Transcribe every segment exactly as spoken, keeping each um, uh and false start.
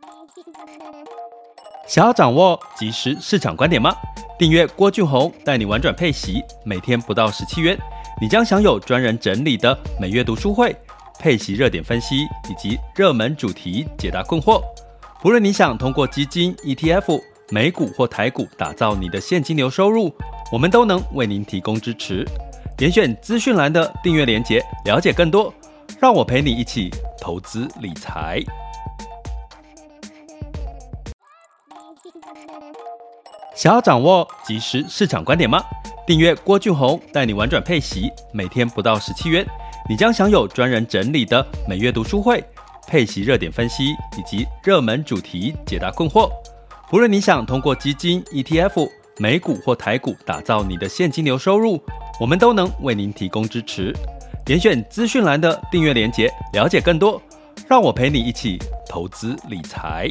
想要掌握即时市场观点吗？订阅郭俊宏带你玩转配息，每天不到十七元，你将享有专人整理的每月读书会、配息热点分析以及热门主题解答困惑。不论你想通过基金、E T F、美股或台股打造你的现金流收入，我们都能为您提供支持。点选资讯栏的订阅连结，了解更多。让我陪你一起投资理财。想要掌握即时市场观点吗？订阅郭俊宏带你玩转配息，每天不到十七元，你将享有专人整理的每月读书会、配息热点分析以及热门主题解答困惑。不论你想通过基金、E T F、美股或台股打造你的现金流收入，我们都能为您提供支持。点选资讯栏的订阅连结，了解更多。让我陪你一起投资理财。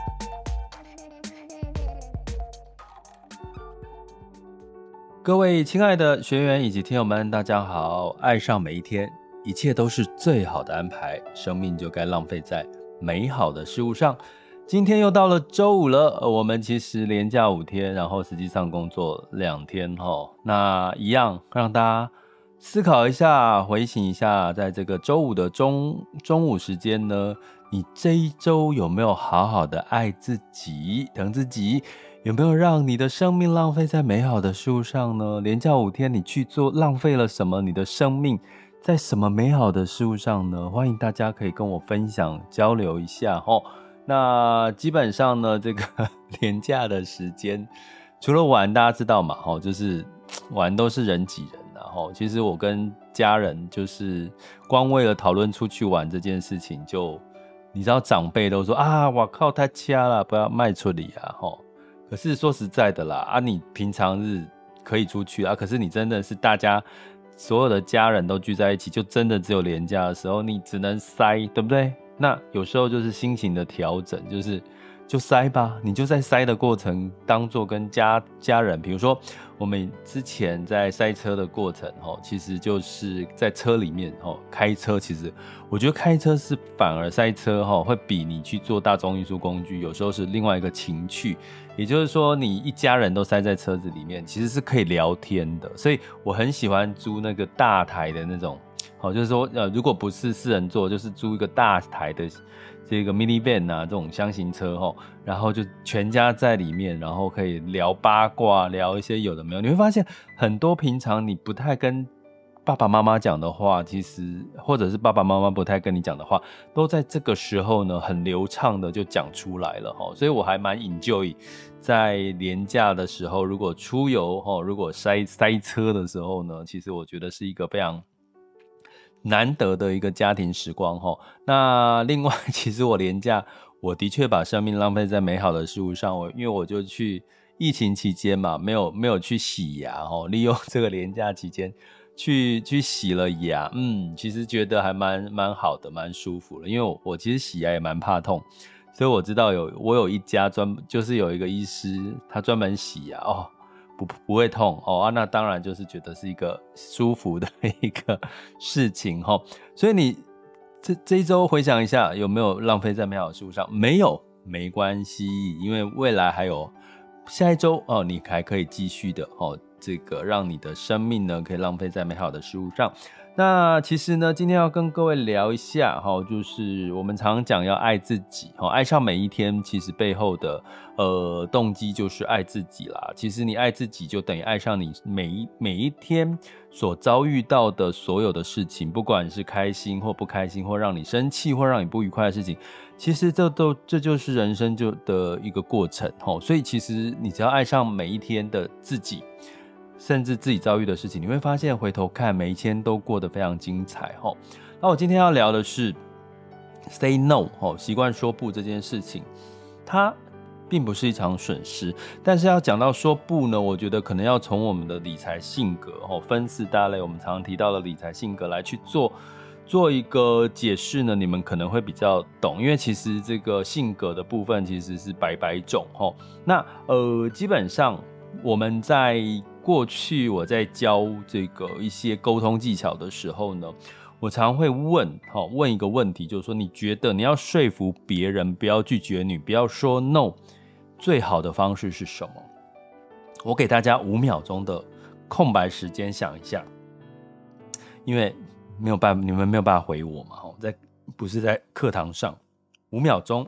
各位亲爱的学员以及听友们，大家好！爱上每一天，一切都是最好的安排，生命就该浪费在美好的事物上。今天又到了周五了，我们其实连假五天，然后实际上工作两天齁。那一样让大家思考一下，回省一下，在这个周五的中中午时间呢，你这一周有没有好好的爱自己、疼自己？有没有让你的生命浪费在美好的事物上呢？连假五天你去做浪费了什么？你的生命在什么美好的事物上呢？欢迎大家可以跟我分享交流一下齁。那基本上呢，这个连假的时间除了玩，大家知道嘛齁，就是玩都是人挤人啊齁。其实我跟家人就是光为了讨论出去玩这件事情，就你知道长辈都说啊，我靠太掐了，不要卖出里啊齁。可是说实在的啦，啊，你平常日可以出去啊，可是你真的是大家所有的家人都聚在一起，就真的只有连假的时候，你只能塞，对不对？那有时候就是心情的调整，就是就塞吧，你就在塞的过程当作跟家家人，比如说我们之前在塞车的过程，其实就是在车里面开车，其实我觉得开车是反而塞车会比你去做大众运输工具有时候是另外一个情趣。也就是说你一家人都塞在车子里面，其实是可以聊天的，所以我很喜欢租那个大台的那种，好，就是说呃，如果不是四人座，就是租一个大台的这个 minivan 啊，这种箱型车齁，然后就全家在里面，然后可以聊八卦，聊一些有的没有。你会发现很多平常你不太跟爸爸妈妈讲的话，其实或者是爸爸妈妈不太跟你讲的话，都在这个时候呢很流畅的就讲出来了齁。所以我还蛮 enjoy 在连假的时候，如果出游齁，如果塞塞车的时候呢，其实我觉得是一个非常难得的一个家庭时光齁。那另外其实我连假我的确把生命浪费在美好的事物上，我因为我就去疫情期间嘛，没有没有去洗牙齁，利用这个连假期间去去洗了牙，嗯，其实觉得还蛮蛮好的，蛮舒服的。因为我我其实洗牙也蛮怕痛，所以我知道有我有一家专就是有一个医师，他专门洗牙哦，不不会痛哦啊，那当然就是觉得是一个舒服的一个事情哈、哦。所以你这这一周回想一下，有没有浪费在美好的事物上？没有，没关系，因为未来还有下一周哦，你还可以继续的哦。这个让你的生命呢可以浪费在美好的事物上。那其实呢今天要跟各位聊一下就是我们常常讲要爱自己，爱上每一天，其实背后的呃动机就是爱自己啦。其实你爱自己就等于爱上你每一每一天所遭遇到的所有的事情，不管是开心或不开心，或让你生气或让你不愉快的事情，其实这都这就是人生就的一个过程。所以其实你只要爱上每一天的自己，甚至自己遭遇的事情，你会发现回头看每一天都过得非常精彩。那我今天要聊的是 say no， 习惯说不这件事情，它并不是一场损失。但是要讲到说不呢，我觉得可能要从我们的理财性格分四大类，我们常常提到的理财性格来去做做一个解释呢，你们可能会比较懂。因为其实这个性格的部分其实是百百种。那呃，基本上我们在过去我在教这个一些沟通技巧的时候呢， 我常会问，哦，问一个问题，就是说，你觉得你要说服别人不要拒绝你，不要说 no， 最好的方式是什么？我给大家五秒钟的空白时间想一下，因为没有办法，你们没有办法回我嘛，在不是在课堂上，五秒钟。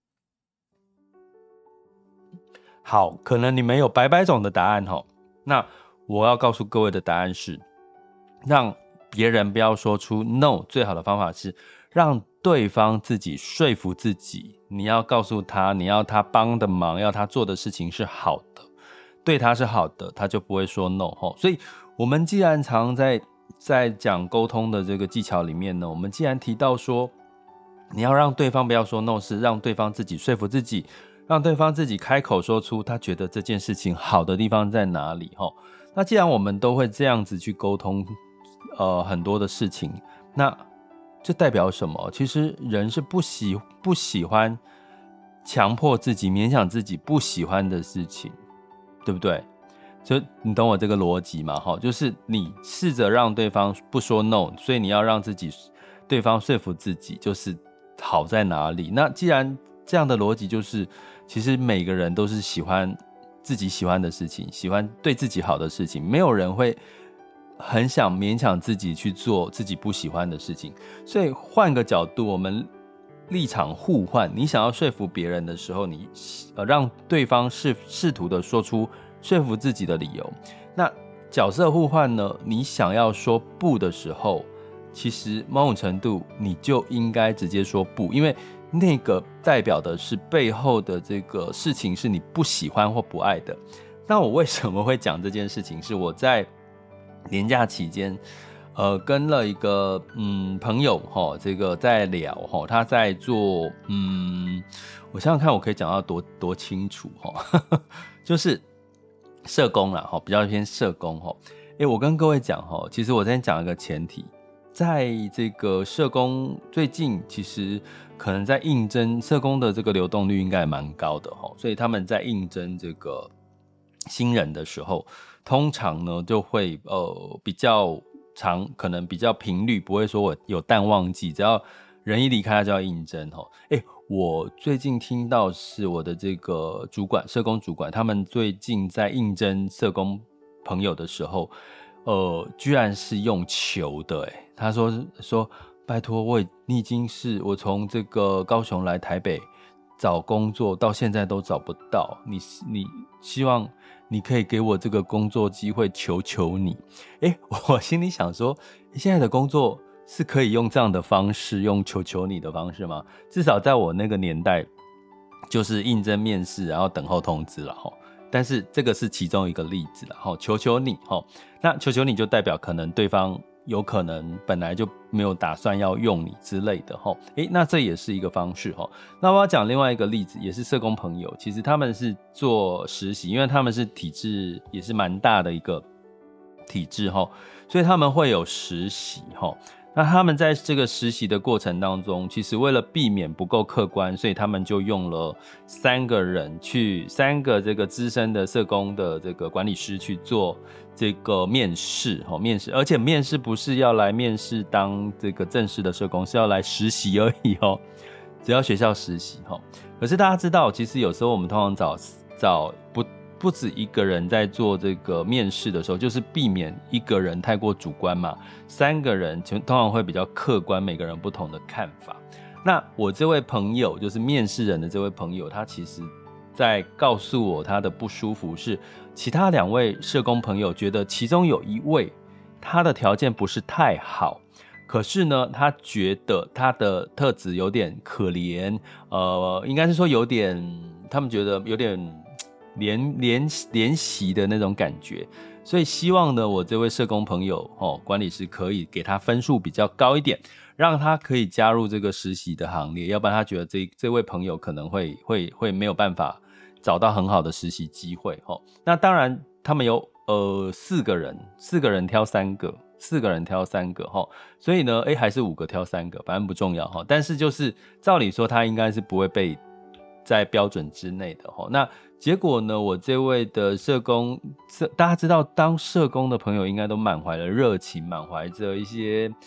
好，可能你们有百百种的答案，那我要告诉各位的答案是，让别人不要说出 no， 最好的方法是让对方自己说服自己，你要告诉他，你要他帮的忙，要他做的事情是好的，对他是好的，他就不会说 no。 所以我们既然常在在讲沟通的这个技巧里面呢，我们既然提到说你要让对方不要说 no， 是让对方自己说服自己，让对方自己开口说出他觉得这件事情好的地方在哪里。那既然我们都会这样子去沟通呃很多的事情，那这代表什么？其实人是不喜不喜欢强迫自己勉强自己不喜欢的事情，对不对？就你懂我这个逻辑吗？就是你试着让对方不说 no， 所以你要让自己对方说服自己就是好在哪里。那既然这样的逻辑，就是其实每个人都是喜欢自己喜欢的事情，喜欢对自己好的事情，没有人会很想勉强自己去做自己不喜欢的事情。所以换个角度，我们立场互换，你想要说服别人的时候，你、呃、让对方试试图的说出说服自己的理由。那角色互换呢，你想要说不的时候，其实某种程度你就应该直接说不，因为那个代表的是背后的这个事情是你不喜欢或不爱的。那我为什么会讲这件事情，是我在连假期间呃，跟了一个嗯朋友齁，这个在聊齁，他在做嗯，我想想看我可以讲到多多清楚齁，就是社工啦齁，比较偏社工齁。欸，我跟各位讲齁，其实我先讲一个前提，在这个社工最近其实可能在应征社工的这个流动率应该也蛮高的齁，所以他们在应征这个新人的时候，通常呢就会呃比较长，可能比较频率不会说我有淡旺季，只要人一离开他就要应征齁。欸，我最近听到是我的这个主管，社工主管，他们最近在应征社工朋友的时候，呃，居然是用求的。欸，他说说拜托我，你已经是我从这个高雄来台北找工作到现在都找不到，你你希望你可以给我这个工作机会，求求你。欸，我心里想说，现在的工作是可以用这样的方式，用求求你的方式吗？至少在我那个年代，就是应征面试，然后等候通知了齁。但是这个是其中一个例子啦齁，求求你齁，那求求你就代表可能对方有可能本来就没有打算要用你之类的齁。欸，那这也是一个方式齁。那我要讲另外一个例子，也是社工朋友，其实他们是做实习，因为他们是体制也是蛮大的一个体制齁，所以他们会有实习齁。那他们在这个实习的过程当中，其实为了避免不够客观，所以他们就用了三个人去，三个这个资深的社工的这个管理师去做这个面试，面试，而且面试不是要来面试当这个正式的社工，是要来实习而已哦，只要学校实习。可是大家知道，其实有时候我们通常找找不不止一个人在做这个面试的时候，就是避免一个人太过主观嘛，三个人通常会比较客观，每个人不同的看法。那我这位朋友，就是面试人的这位朋友，他其实在告诉我他的不舒服是，其他两位社工朋友觉得其中有一位他的条件不是太好，可是呢他觉得他的特质有点可怜，呃，应该是说有点，他们觉得有点连连连习的那种感觉，所以希望呢，我这位社工朋友哦，管理师可以给他分数比较高一点，让他可以加入这个实习的行列，要不然他觉得这这位朋友可能会会会没有办法找到很好的实习机会哦。那当然，他们有呃四个人，四个人挑三个，四个人挑三个哈，所以呢，哎还是五个挑三个，反正不重要哈。但是就是照理说，他应该是不会被在标准之内的哈。那结果呢，我这位的社工，大家知道当社工的朋友应该都满怀了热情，满怀着一些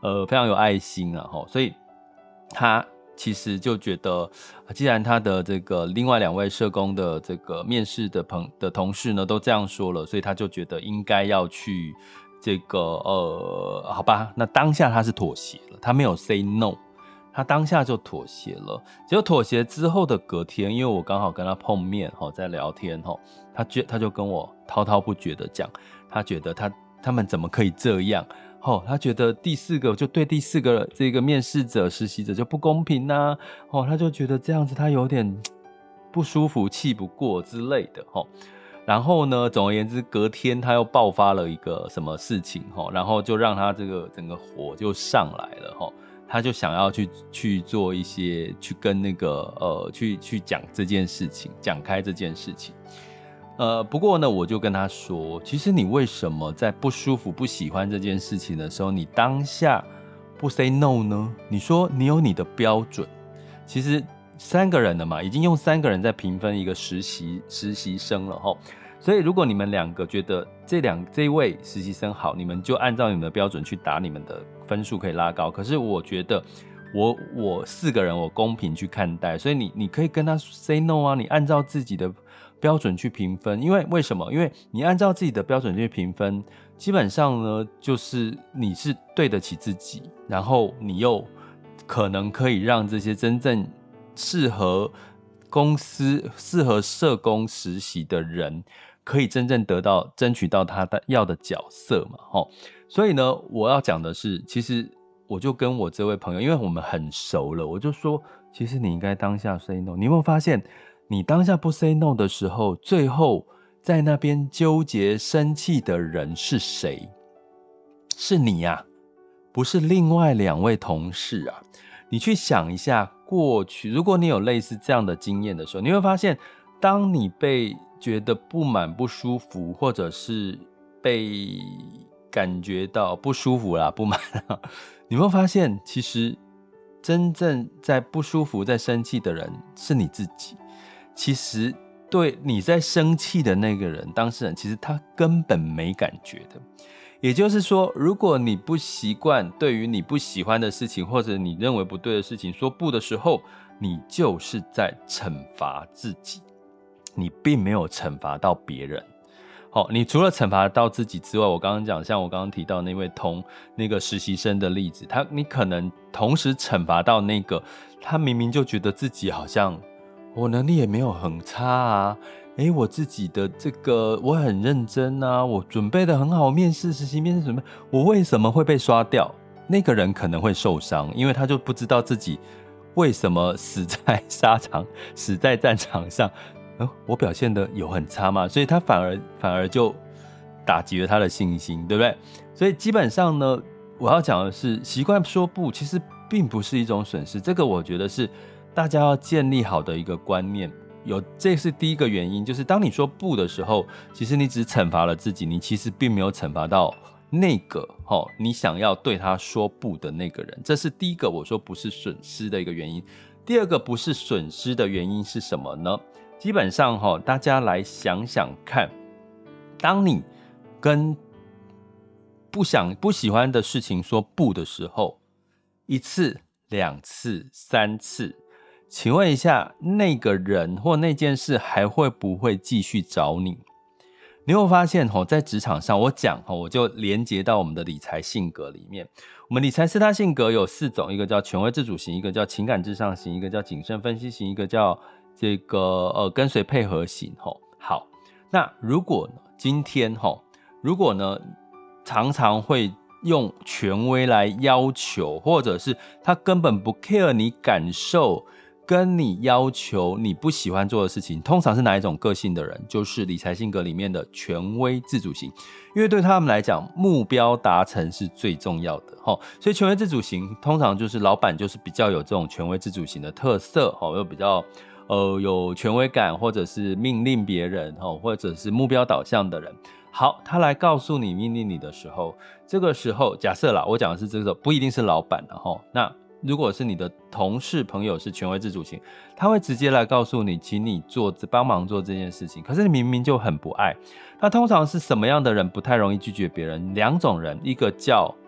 呃非常有爱心啊，所以他其实就觉得，既然他的这个另外两位社工的这个面试的朋的同事呢都这样说了，所以他就觉得应该要去这个呃，好吧，那当下他是妥协了，他没有 say no， 他当下就妥协了。结果妥协之后的隔天，因为我刚好跟他碰面在聊天，他就他就跟我滔滔不绝的讲，他觉得他他们怎么可以这样。哦，他觉得第四个就对第四个这个面试者实习者就不公平啊，哦，他就觉得这样子他有点不舒服气不过之类的，哦，然后呢总而言之隔天他又爆发了一个什么事情，哦，然后就让他这个整个火就上来了，哦，他就想要去去做一些去跟那个呃去去讲这件事情，讲开这件事情。呃，不过呢，我就跟他说，其实你为什么在不舒服、不喜欢这件事情的时候，你当下不 say no 呢？你说你有你的标准，其实三个人了嘛，已经用三个人在评分一个实习实习生了齁。所以如果你们两个觉得这两这一位实习生好，你们就按照你们的标准去打，你们的分数可以拉高。可是我觉得我我四个人我公平去看待，所以你你可以跟他 say no 啊，你按照自己的标准去评分。因为为什么？因为你按照自己的标准去评分，基本上呢就是你是对得起自己，然后你又可能可以让这些真正适合公司适合社工实习的人可以真正得到争取到他的要的角色嘛，齁。所以呢我要讲的是，其实我就跟我这位朋友，因为我们很熟了，我就说其实你应该当下 say no。 你有没有发现你当下不 say no 的时候，最后在那边纠结生气的人是谁？是你啊，不是另外两位同事啊。你去想一下过去，如果你有类似这样的经验的时候，你会发现当你被觉得不满不舒服，或者是被感觉到不舒服啦不满啦，你会发现其实真正在不舒服在生气的人是你自己。其实对你在生气的那个人当事人，其实他根本没感觉的。也就是说，如果你不习惯对于你不喜欢的事情，或者你认为不对的事情说不的时候，你就是在惩罚自己，你并没有惩罚到别人。好，你除了惩罚到自己之外，我刚刚讲，像我刚刚提到那位同那个实习生的例子，他你可能同时惩罚到那个他明明就觉得自己好像我能力也没有很差啊，诶，我自己的这个我很认真啊，我准备的很好，面试实习面试准备，我为什么会被刷掉？那个人可能会受伤，因为他就不知道自己为什么死在沙场，死在战场上。呃、我表现的有很差嘛，所以他反而反而就打击了他的信心，对不对？所以基本上呢，我要讲的是，习惯说不其实并不是一种损失，这个我觉得是大家要建立好的一个观念。有，这是第一个原因，就是当你说不的时候，其实你只惩罚了自己，你其实并没有惩罚到那个、哦、你想要对他说不的那个人。这是第一个我说不是损失的一个原因。第二个不是损失的原因是什么呢？基本上、哦、大家来想想看，当你跟不想不喜欢的事情说不的时候，一次两次三次，请问一下，那个人或那件事还会不会继续找你？你会发现在职场上，我讲我就连接到我们的理财性格里面。我们理财四大性格有四种，一个叫权威自主型，一个叫情感至上型，一个叫谨慎分析型，一个叫这个呃跟随配合型。好，那如果今天如果呢常常会用权威来要求，或者是他根本不 care 你感受，跟你要求你不喜欢做的事情，通常是哪一种个性的人？就是理财性格里面的权威自主型。因为对他们来讲，目标达成是最重要的，所以权威自主型通常就是老板就是比较有这种权威自主型的特色，又比较呃有权威感，或者是命令别人，或者是目标导向的人。好，他来告诉你命令你的时候，这个时候假设啦，我讲的是这个不一定是老板啦，那如果是你的同事朋友是权威自主型，他会直接来告诉你请你做帮忙做这件事情，可是你明明就很不爱。那通常是什么样的人不太容易拒绝别人？两种人，一个叫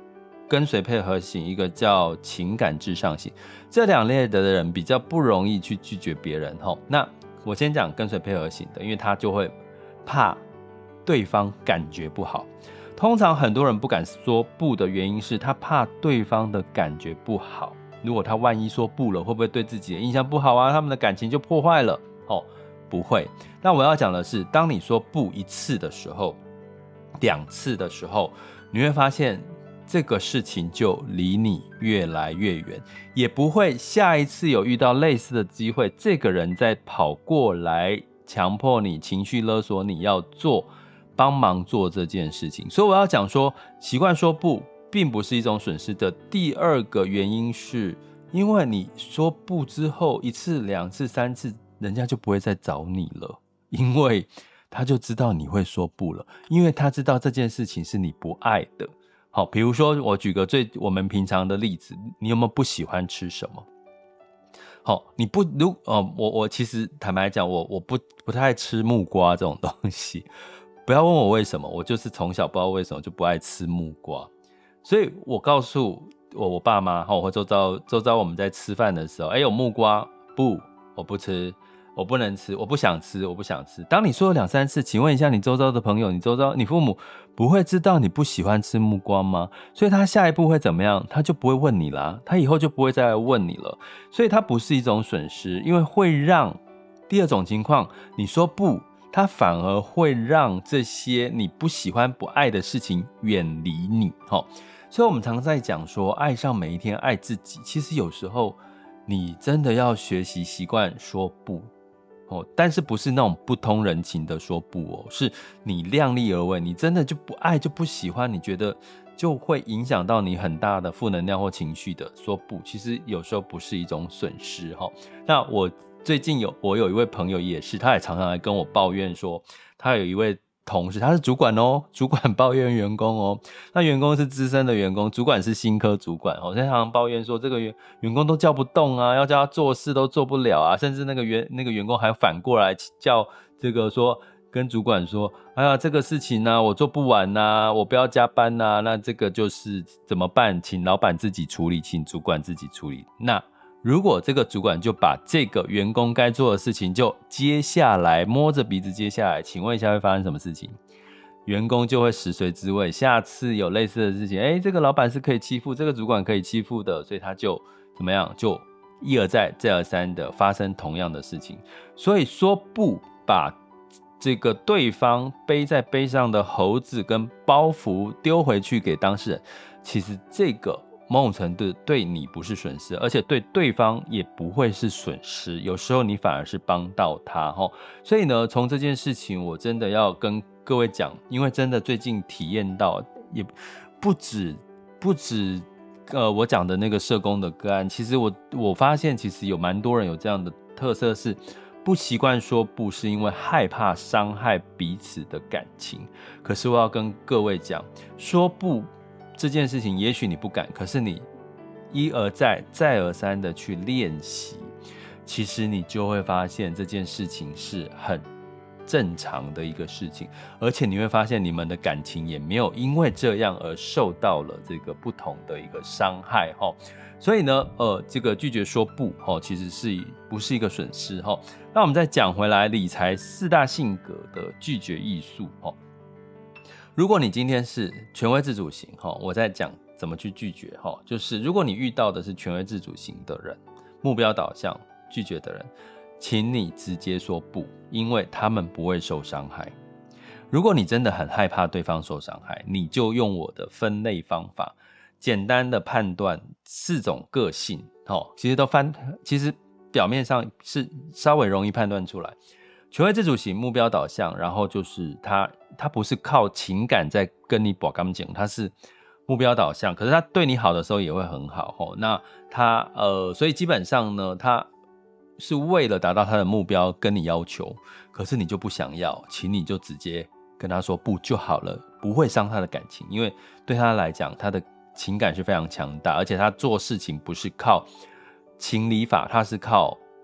跟随配合型，一个叫情感至上型。这两类的人比较不容易去拒绝别人。那我先讲跟随配合型的，因为他就会怕对方感觉不好。通常很多人不敢说不的原因是他怕对方的感觉不好。如果他万一说不了，会不会对自己的印象不好啊？他们的感情就破坏了？哦，不会。那我要讲的是，当你说不一次的时候，两次的时候，你会发现这个事情就离你越来越远，也不会下一次有遇到类似的机会，这个人再跑过来强迫你、情绪勒索你要做、帮忙做这件事情。所以我要讲说，习惯说不并不是一种损失的第二个原因是，因为你说不之后一次、两次、三次，人家就不会再找你了，因为他就知道你会说不了，因为他知道这件事情是你不爱的。好，比如说我举个最我们平常的例子，你有没有不喜欢吃什么？好，你不如呃，我我其实坦白讲，我我不不太吃木瓜这种东西，不要问我为什么，我就是从小不知道为什么就不爱吃木瓜。所以我告诉我我爸妈或周遭周遭我们在吃饭的时候，哎，有木瓜，不，我不吃，我不能吃，我不想吃，我不想吃。当你说了两三次，请问一下你周遭的朋友，你周遭你父母不会知道你不喜欢吃木瓜吗？所以他下一步会怎么样？他就不会问你啦，他以后就不会再来问你了。所以它不是一种损失，因为会让第二种情况，你说不，它反而会让这些你不喜欢不爱的事情远离你。所以我们常在讲说爱上每一天，爱自己，其实有时候你真的要学习习惯说不。但是不是那种不通人情的说不哦，是你量力而为，你真的就不爱就不喜欢，你觉得就会影响到你很大的负能量或情绪的说不，其实有时候不是一种损失。那我最近有我有一位朋友也是，他也常常来跟我抱怨说，他有一位同事，他是主管哦，主管抱怨员工哦，那员工是资深的员工，主管是新科主管哦，他常常抱怨说这个员员工都叫不动啊，要叫他做事都做不了啊，甚至那个员那个员工还反过来叫这个说跟主管说，哎呀这个事情呢、啊、我做不完啊，我不要加班啊，那这个就是怎么办？请老板自己处理，请主管自己处理。那如果这个主管就把这个员工该做的事情就接下来摸着鼻子接下来，请问一下会发生什么事情？员工就会食髓知味，下次有类似的事情，哎，这个老板是可以欺负，这个主管可以欺负的，所以他就怎么样，就一而再再而三的发生同样的事情。所以说不把这个对方背在背上的猴子跟包袱丢回去给当事人，其实这个某种程度对你不是损失，而且对对方也不会是损失，有时候你反而是帮到他。所以呢，从这件事情我真的要跟各位讲，因为真的最近体验到，也不止不止呃我讲的那个社工的个案，其实我我发现其实有蛮多人有这样的特色，是不习惯说不，是因为害怕伤害彼此的感情。可是我要跟各位讲，说不这件事情也许你不敢，可是你一而再再而三的去练习，其实你就会发现这件事情是很正常的一个事情，而且你会发现你们的感情也没有因为这样而受到了这个不同的一个伤害。所以呢呃，这个拒绝说不其实是不是一个损失。那我们再讲回来，理财四大性格的拒绝艺术。如果你今天是权威自主型，我在讲怎么去拒绝，就是如果你遇到的是权威自主型的人，目标导向拒绝的人，请你直接说不，因为他们不会受伤害。如果你真的很害怕对方受伤害，你就用我的分类方法，简单的判断四种个性，其实都翻，其实表面上是稍微容易判断出来。权威自主型，目标导向，然后就是他他不是靠情感在跟你拔感情，他是目标导向，可是他对你好的时候也会很好。那他呃，所以基本上呢，他是为了达到他的目标跟你要求，可是你就不想要，请你就直接跟他说不就好了，不会伤他的感情，因为对他来讲，他的情感是非常强大，而且他做事情不是靠情理法，他是靠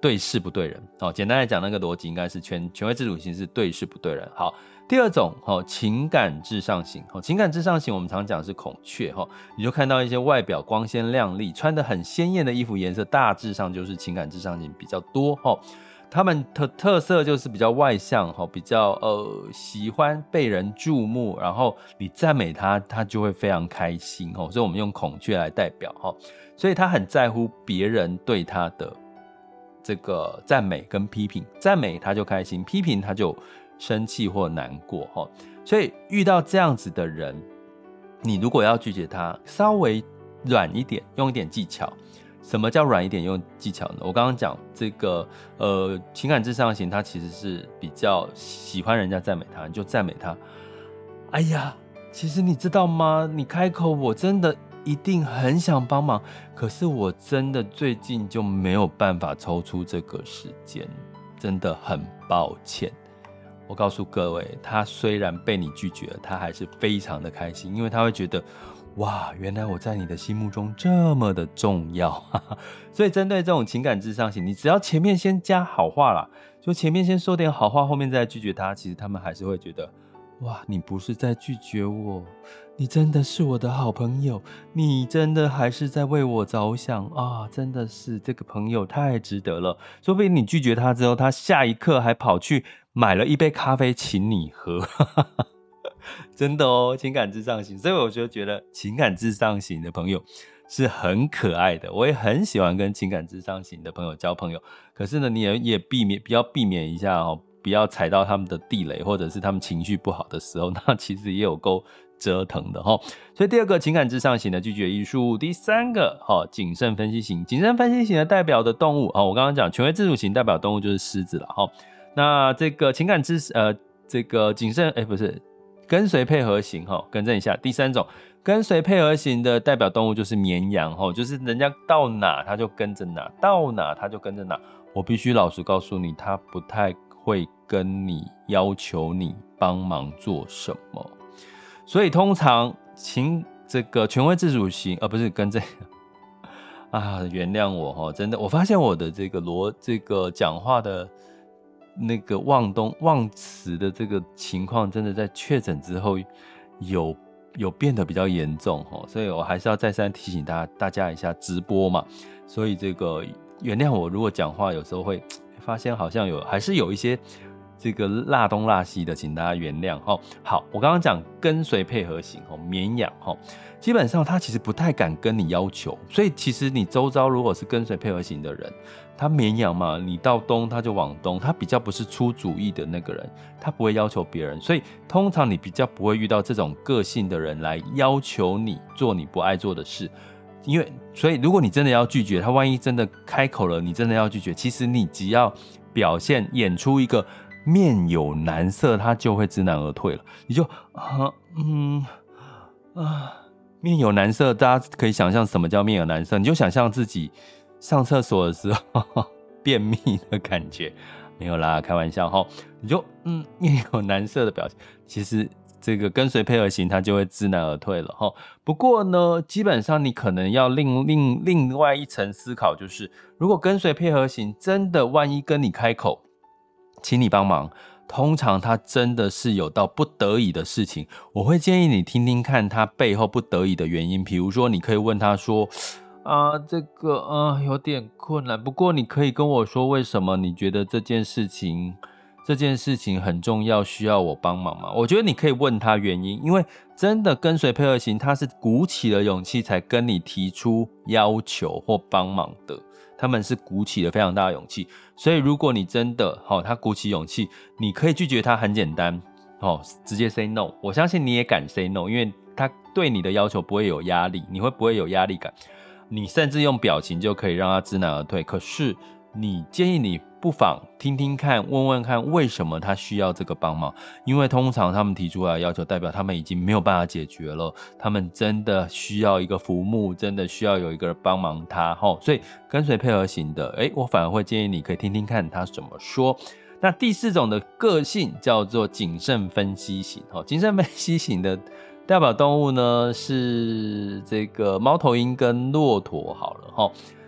对事不对人。哦，简单来讲，那个逻辑应该是权权威自主型是对事不对人。好，第二种，哦，情感至上型。哦，情感至上型我们常讲是孔雀。哦，你就看到一些外表光鲜亮丽、穿得很鲜艳的衣服颜色，大致上就是情感至上型比较多。哦，他们的特色就是比较外向，比较呃喜欢被人注目，然后你赞美他，他就会非常开心，所以我们用孔雀来代表，所以他很在乎别人对他的这个赞美跟批评，赞美他就开心，批评他就生气或难过，所以遇到这样子的人，你如果要拒绝他，稍微软一点，用一点技巧。什么叫软一点用技巧呢？我刚刚讲这个呃情感至上型，他其实是比较喜欢人家赞美他，你就赞美他。哎呀，其实你知道吗？你开口我真的一定很想帮忙，可是我真的最近就没有办法抽出这个时间，真的很抱歉。我告诉各位，他虽然被你拒绝了，他还是非常的开心，因为他会觉得哇，原来我在你的心目中这么的重要。所以针对这种情感至上型，你只要前面先加好话啦，就前面先说点好话，后面再拒绝他，其实他们还是会觉得哇，你不是在拒绝我，你真的是我的好朋友，你真的还是在为我着想啊！真的是这个朋友太值得了。说不定你拒绝他之后，他下一刻还跑去买了一杯咖啡请你喝。真的哦，情感至上型，所以我就觉得情感至上型的朋友是很可爱的，我也很喜欢跟情感至上型的朋友交朋友。可是呢，你也也避免，比较避免一下哦，不要踩到他们的地雷，或者是他们情绪不好的时候，那其实也有够折腾的哈。所以第二个情感至上型的拒绝艺术，第三个哈谨慎分析型，谨慎分析型的代表的动物啊，我刚刚讲权威自主型代表动物就是狮子了哈。那这个情感至呃这个谨慎哎不是。跟随配合型，更正一下，第三种跟随配合型的代表动物就是绵羊，就是人家到哪他就跟着哪，到哪他就跟着哪。我必须老实告诉你，他不太会跟你要求你帮忙做什么，所以通常请这个权威自主型，而、呃、不是跟这个啊，原谅我真的，我发现我的这个罗这个讲话的。那个忘东忘词的这个情况，真的在确诊之后有有变得比较严重，所以我还是要再三提醒大家大家一下，直播嘛，所以这个原谅我，如果讲话有时候会发现好像有还是有一些这个辣东辣西的，请大家原谅。好，我刚刚讲跟随配合型绵羊，基本上他其实不太敢跟你要求，所以其实你周遭如果是跟随配合型的人，他绵羊嘛，你到东他就往东，他比较不是出主意的那个人，他不会要求别人，所以通常你比较不会遇到这种个性的人来要求你做你不爱做的事。因为所以如果你真的要拒绝他，万一真的开口了，你真的要拒绝，其实你只要表现演出一个面有难色，他就会知难而退了。你就啊嗯啊面有难色，大家可以想象什么叫面有难色，你就想象自己上厕所的时候便秘的感觉，没有啦，开玩笑齁。你就嗯面有难色的表情，其实这个跟随配合型它就会知难而退了齁。不过呢，基本上你可能要另另另外一层思考，就是如果跟随配合型真的万一跟你开口，请你帮忙，通常他真的是有到不得已的事情，我会建议你听听看他背后不得已的原因。比如说你可以问他说啊，这个啊有点困难，不过你可以跟我说为什么你觉得这件事情这件事情很重要，需要我帮忙吗？我觉得你可以问他原因，因为真的跟随配合型他是鼓起了勇气才跟你提出要求或帮忙的，他们是鼓起了非常大的勇气，所以如果你真的、哦、他鼓起勇气，你可以拒绝他，很简单、哦、直接 say no。 我相信你也敢 say no， 因为他对你的要求不会有压力，你会不会有压力感？你甚至用表情就可以让他知难而退。可是你建议你不妨听听看，问问看为什么他需要这个帮忙，因为通常他们提出来的要求代表他们已经没有办法解决了，他们真的需要一个浮木，真的需要有一个人帮忙他，所以跟随配合型的诶我反而会建议你可以听听看他怎么说。那第四种的个性叫做谨慎分析型，谨慎分析型的代表动物呢是这个猫头鹰跟骆驼好了齁。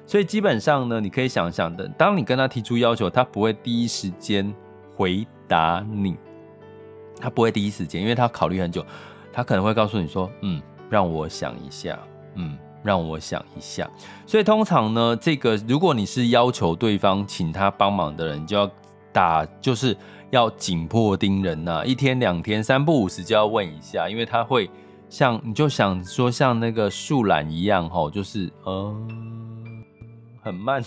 所以基本上呢，你可以想想的，当你跟他提出要求，他不会第一时间回答你，他不会第一时间，因为他考虑很久，他可能会告诉你说，嗯，让我想一下，嗯，让我想一下。所以通常呢，这个如果你是要求对方请他帮忙的人，你就要打，就是要紧迫盯人啊，一天两天三不五时就要问一下，因为他会像你就想说像那个树懒一样齁，就是呃很慢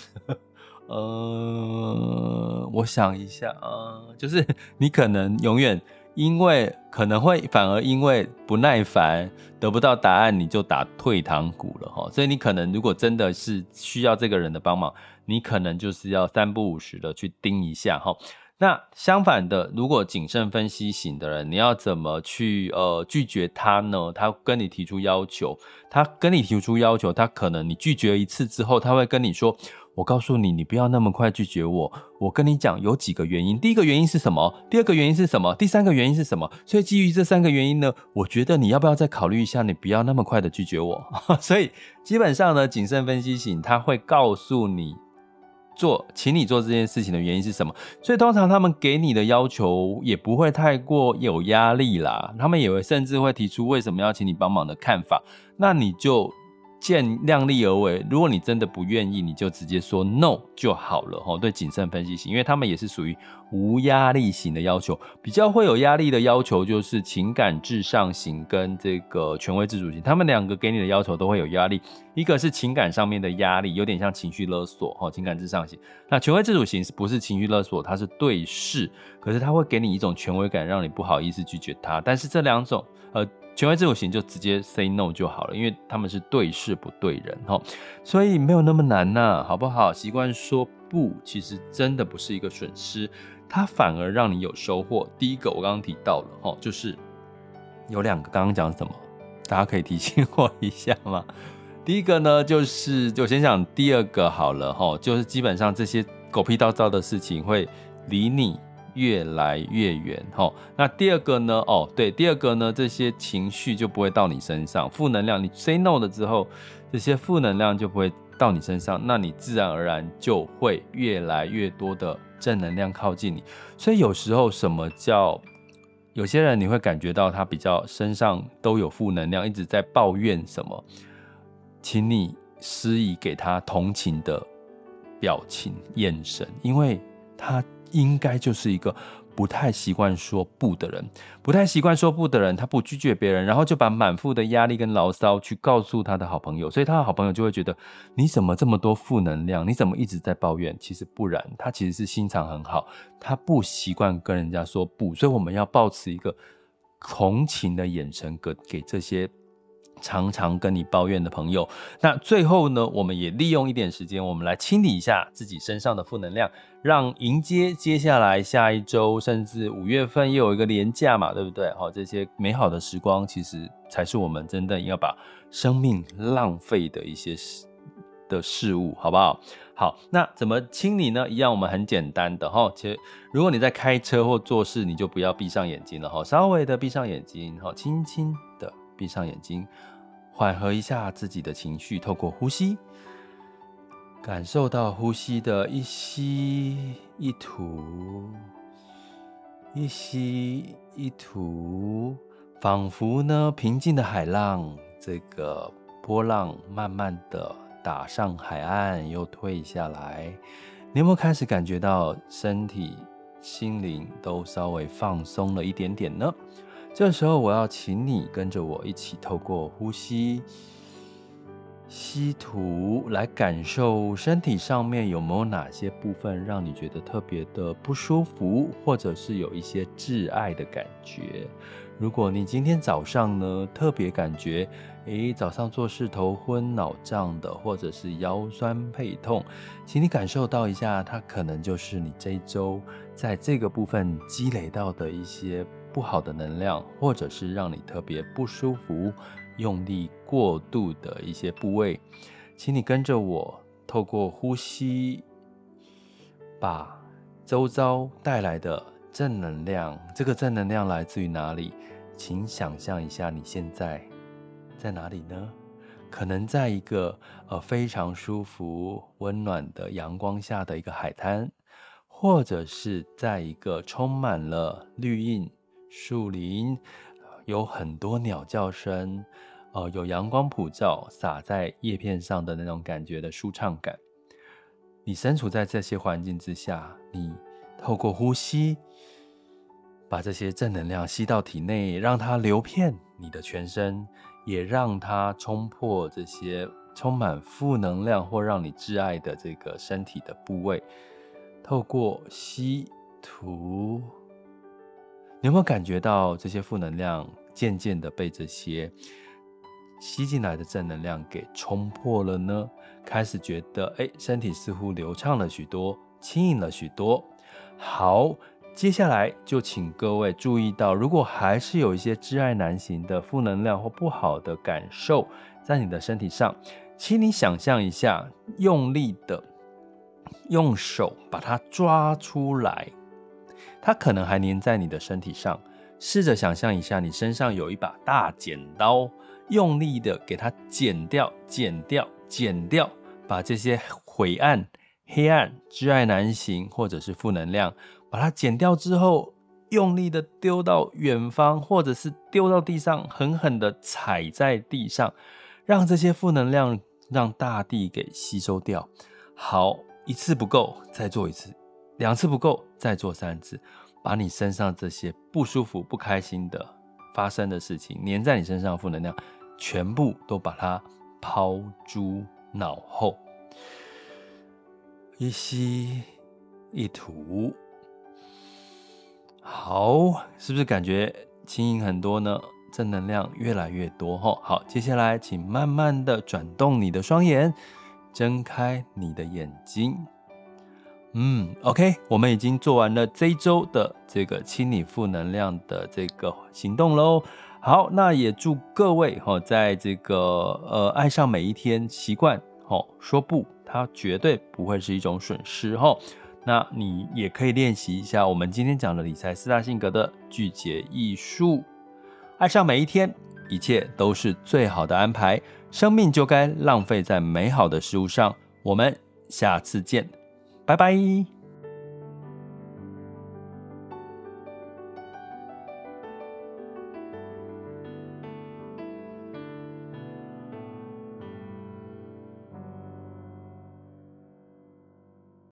呃我想一下呃就是你可能永远因为可能会反而因为不耐烦得不到答案，你就打退堂鼓了齁。所以你可能如果真的是需要这个人的帮忙，你可能就是要三不五时的去盯一下齁。那相反的，如果谨慎分析型的人，你要怎么去呃拒绝他呢？他跟你提出要求，他跟你提出要求，他可能你拒绝一次之后，他会跟你说，我告诉你，你不要那么快拒绝我，我跟你讲有几个原因，第一个原因是什么？第二个原因是什么？第三个原因是什么？所以基于这三个原因呢，我觉得你要不要再考虑一下，你不要那么快的拒绝我。所以基本上呢，谨慎分析型他会告诉你做请你做这件事情的原因是什么，所以通常他们给你的要求也不会太过有压力啦，他们也会甚至会提出为什么要请你帮忙的看法，那你就见量力而为，如果你真的不愿意，你就直接说 no 就好了齁。对谨慎分析型，因为他们也是属于无压力型的要求，比较会有压力的要求就是情感至上型跟这个权威自主型，他们两个给你的要求都会有压力，一个是情感上面的压力，有点像情绪勒索齁，情感至上型。那权威自主型不是情绪勒索，它是对事，可是它会给你一种权威感，让你不好意思拒绝它。但是这两种呃。权威自主型就直接 say no 就好了，因为他们是对事不对人齁，所以没有那么难呐、啊，好不好？习惯说不，其实真的不是一个损失，它反而让你有收获。第一个我刚刚提到了齁，就是有两个，刚刚讲什么？大家可以提醒我一下吗？第一个呢，就是我先讲第二个好了齁，就是基本上这些狗屁倒灶的事情会离你越来越远齁。那第二个呢？哦，对，第二个呢，这些情绪就不会到你身上，负能量，你 say no 了之后，这些负能量就不会到你身上，那你自然而然就会越来越多的正能量靠近你。所以有时候什么叫有些人你会感觉到他比较身上都有负能量，一直在抱怨什么，请你施以给他同情的表情、眼神，因为他应该就是一个不太习惯说不的人，不太习惯说不的人，他不拒绝别人，然后就把满腹的压力跟牢骚去告诉他的好朋友，所以他的好朋友就会觉得你怎么这么多负能量，你怎么一直在抱怨？其实不然，他其实是心肠很好，他不习惯跟人家说不，所以我们要抱持一个同情的眼神给给这些常常跟你抱怨的朋友。那最后呢，我们也利用一点时间，我们来清理一下自己身上的负能量，让迎接接下来下一周甚至五月份又有一个连假嘛，对不对？好，这些美好的时光其实才是我们真的要把生命浪费的一些事的事物，好不好？好，那怎么清理呢？一样我们很简单的齁，其实如果你在开车或做事，你就不要闭上眼睛了齁，稍微的闭上眼睛齁，轻轻的闭上眼睛，缓和一下自己的情绪，透过呼吸感受到呼吸的一吸一吐，一吸一吐，仿佛呢平静的海浪，这个波浪慢慢的打上海岸又退下来，你有没有开始感觉到身体心灵都稍微放松了一点点呢？这时候我要请你跟着我一起透过呼吸吸吐来感受身体上面有没有哪些部分让你觉得特别的不舒服，或者是有一些挚爱的感觉。如果你今天早上呢特别感觉诶早上做事头昏脑胀的，或者是腰酸背痛，请你感受到一下，它可能就是你这一周在这个部分积累到的一些不好的能量，或者是让你特别不舒服用力过度的一些部位。请你跟着我透过呼吸把周遭带来的正能量，这个正能量来自于哪里？请想象一下你现在在哪里呢？ 可能在一个呃非常舒服、温暖的阳光下的一个海滩，或者是在一个充满了绿荫、树林，有很多鸟叫声，呃，有阳光普照洒在叶片上的那种感觉的舒畅感。你身处在这些环境之下，你透过呼吸，把这些正能量吸到体内，让它流遍你的全身，也让它冲破这些充满负能量或让你挚爱的这个身体的部位。透过吸吐，你有没有感觉到这些负能量渐渐的被这些吸进来的正能量给冲破了呢？开始觉得诶身体似乎流畅了许多，轻盈了许多。好，接下来就请各位注意到，如果还是有一些挚爱难行的负能量或不好的感受在你的身体上，请你想象一下，用力的用手把它抓出来，它可能还粘在你的身体上。试着想象一下，你身上有一把大剪刀，用力的给它剪掉剪掉剪掉，把这些晦暗、黑暗、挚爱难行或者是负能量把它剪掉之后，用力的丢到远方，或者是丢到地上，狠狠的踩在地上，让这些负能量让大地给吸收掉。好，一次不够再做一次，两次不够再做三次，把你身上这些不舒服不开心的发生的事情，粘在你身上的负能量全部都把它抛诸脑后。一吸一吐，好，是不是感觉轻盈很多呢？正能量越来越多。好，接下来请慢慢的转动你的双眼，睁开你的眼睛。嗯 OK， 我们已经做完了这一周的这个清理负能量的这个行动咯。好，那也祝各位在这个呃爱上每一天习惯说不，它绝对不会是一种损失。那你也可以练习一下我们今天讲的理财四大性格的句解艺术。爱上每一天，一切都是最好的安排，生命就该浪费在美好的事物上。我们下次见，拜拜。